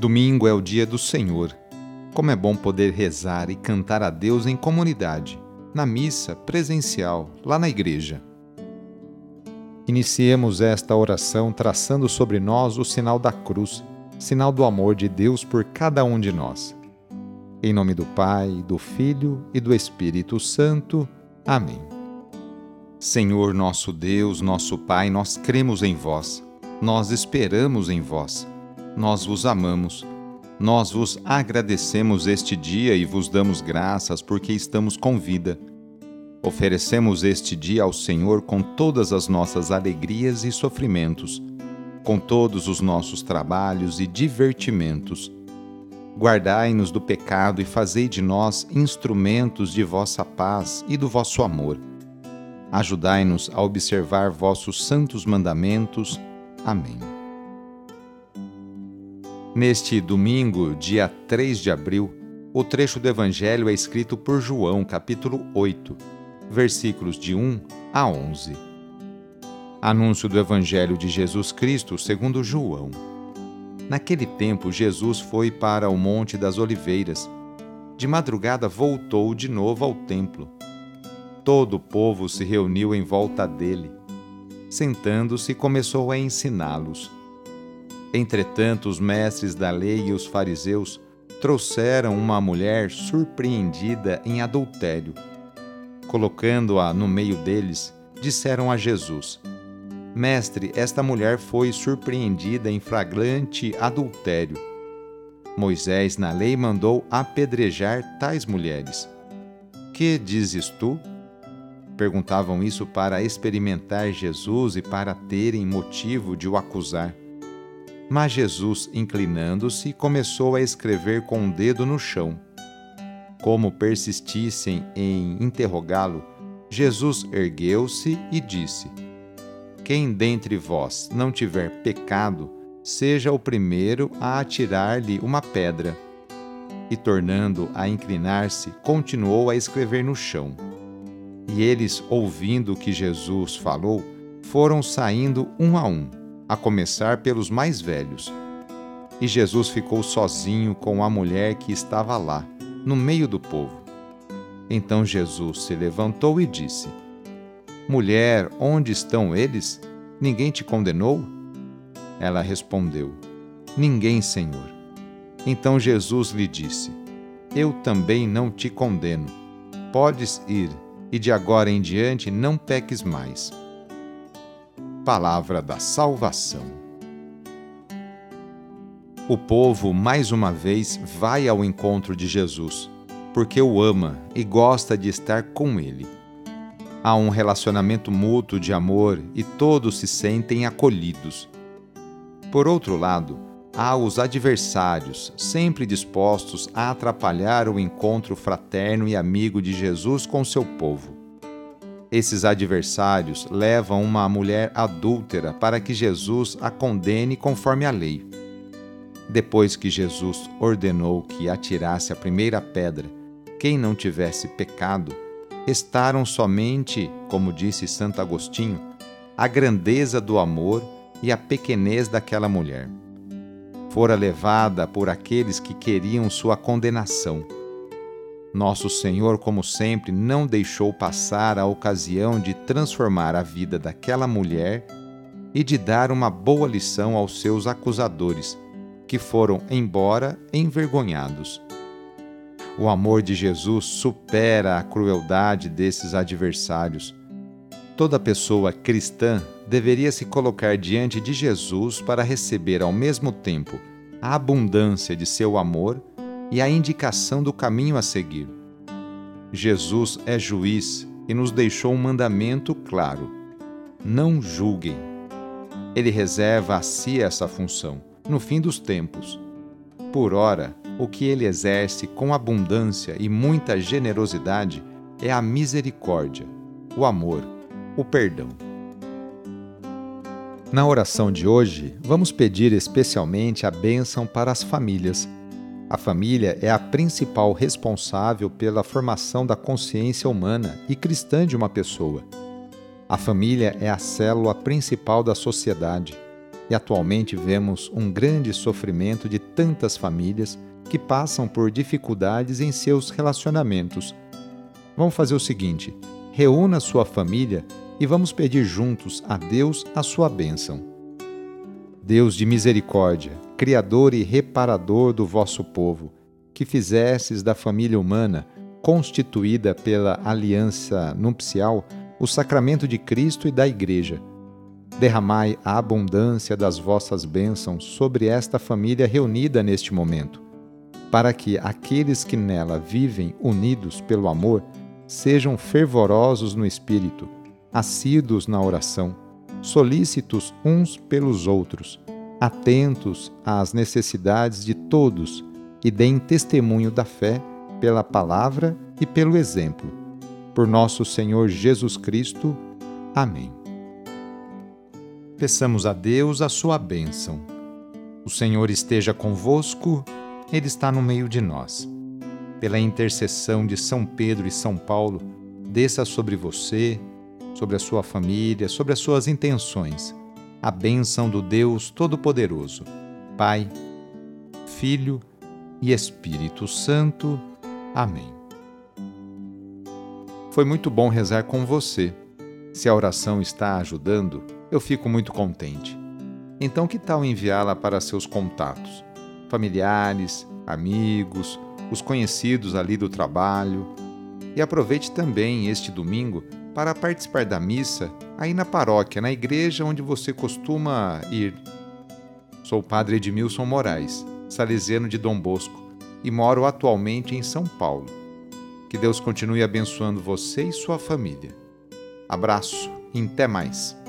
Domingo é o dia do Senhor. Como é bom poder rezar e cantar a Deus em comunidade, na missa presencial, lá na igreja. Iniciemos esta oração traçando sobre nós o sinal da cruz, sinal do amor de Deus por cada um de nós. Em nome do Pai, do Filho e do Espírito Santo. Amém. Senhor nosso Deus, nosso Pai, nós cremos em vós, nós esperamos em vós, nós vos amamos, nós vos agradecemos este dia e vos damos graças porque estamos com vida. Oferecemos este dia ao Senhor com todas as nossas alegrias e sofrimentos, com todos os nossos trabalhos e divertimentos. Guardai-nos do pecado e fazei de nós instrumentos de vossa paz e do vosso amor. Ajudai-nos a observar vossos santos mandamentos. Amém. Neste domingo, dia 3 de abril, o trecho do Evangelho é escrito por João, capítulo 8, versículos de 1 a 11. Anúncio do Evangelho de Jesus Cristo segundo João. Naquele tempo, Jesus foi para o Monte das Oliveiras. De madrugada voltou de novo ao templo. Todo o povo se reuniu em volta dele. Sentando-se, começou a ensiná-los. Entretanto, os mestres da lei e os fariseus trouxeram uma mulher surpreendida em adultério. Colocando-a no meio deles, disseram a Jesus: Mestre, esta mulher foi surpreendida em flagrante adultério. Moisés na lei mandou apedrejar tais mulheres. Que dizes tu? Perguntavam isso para experimentar Jesus e para terem motivo de o acusar. Mas Jesus, inclinando-se, começou a escrever com o dedo no chão. Como persistissem em interrogá-lo, Jesus ergueu-se e disse: Quem dentre vós não tiver pecado, seja o primeiro a atirar-lhe uma pedra. E tornando a inclinar-se, continuou a escrever no chão. E eles, ouvindo o que Jesus falou, foram saindo um, a começar pelos mais velhos. E Jesus ficou sozinho com a mulher que estava lá, no meio do povo. Então Jesus se levantou e disse: Mulher, onde estão eles? Ninguém te condenou? Ela respondeu: Ninguém, Senhor. Então Jesus lhe disse: Eu também não te condeno. Podes ir, e de agora em diante não peques mais. Palavra da salvação. O povo, mais uma vez, vai ao encontro de Jesus, porque o ama e gosta de estar com ele. Há um relacionamento mútuo de amor e todos se sentem acolhidos. Por outro lado, há os adversários, sempre dispostos a atrapalhar o encontro fraterno e amigo de Jesus com seu povo. Esses adversários levam uma mulher adúltera para que Jesus a condene conforme a lei. Depois que Jesus ordenou que atirasse a primeira pedra quem não tivesse pecado, restaram somente, como disse Santo Agostinho, a grandeza do amor e a pequenez daquela mulher. Fora levada por aqueles que queriam sua condenação. Nosso Senhor, como sempre, não deixou passar a ocasião de transformar a vida daquela mulher e de dar uma boa lição aos seus acusadores, que foram embora envergonhados. O amor de Jesus supera a crueldade desses adversários. Toda pessoa cristã deveria se colocar diante de Jesus para receber ao mesmo tempo a abundância de seu amor e a indicação do caminho a seguir. Jesus é juiz e nos deixou um mandamento claro: não julguem. Ele reserva a si essa função, no fim dos tempos. Por ora, o que ele exerce com abundância e muita generosidade é a misericórdia, o amor, o perdão. Na oração de hoje, vamos pedir especialmente a bênção para as famílias. A família é a principal responsável pela formação da consciência humana e cristã de uma pessoa. A família é a célula principal da sociedade. E atualmente vemos um grande sofrimento de tantas famílias que passam por dificuldades em seus relacionamentos. Vamos fazer o seguinte: reúna sua família e vamos pedir juntos a Deus a sua bênção. Deus de misericórdia, Criador e Reparador do vosso povo, que fizestes da família humana, constituída pela aliança nupcial, o sacramento de Cristo e da Igreja, derramai a abundância das vossas bênçãos sobre esta família reunida neste momento, para que aqueles que nela vivem unidos pelo amor sejam fervorosos no espírito, assíduos na oração, solícitos uns pelos outros, atentos às necessidades de todos e deem testemunho da fé pela palavra e pelo exemplo. Por nosso Senhor Jesus Cristo. Amém. Peçamos a Deus a sua bênção. O Senhor esteja convosco, Ele está no meio de nós. Pela intercessão de São Pedro e São Paulo, desça sobre você, sobre a sua família, sobre as suas intenções, a bênção do Deus Todo-Poderoso, Pai, Filho e Espírito Santo. Amém. Foi muito bom rezar com você. Se a oração está ajudando, eu fico muito contente. Então, que tal enviá-la para seus contatos, familiares, amigos, os conhecidos ali do trabalho? E aproveite também este domingo para participar da missa aí na paróquia, na igreja onde você costuma ir. Sou o padre Edmilson Moraes, salesiano de Dom Bosco, e moro atualmente em São Paulo. Que Deus continue abençoando você e sua família. Abraço e até mais.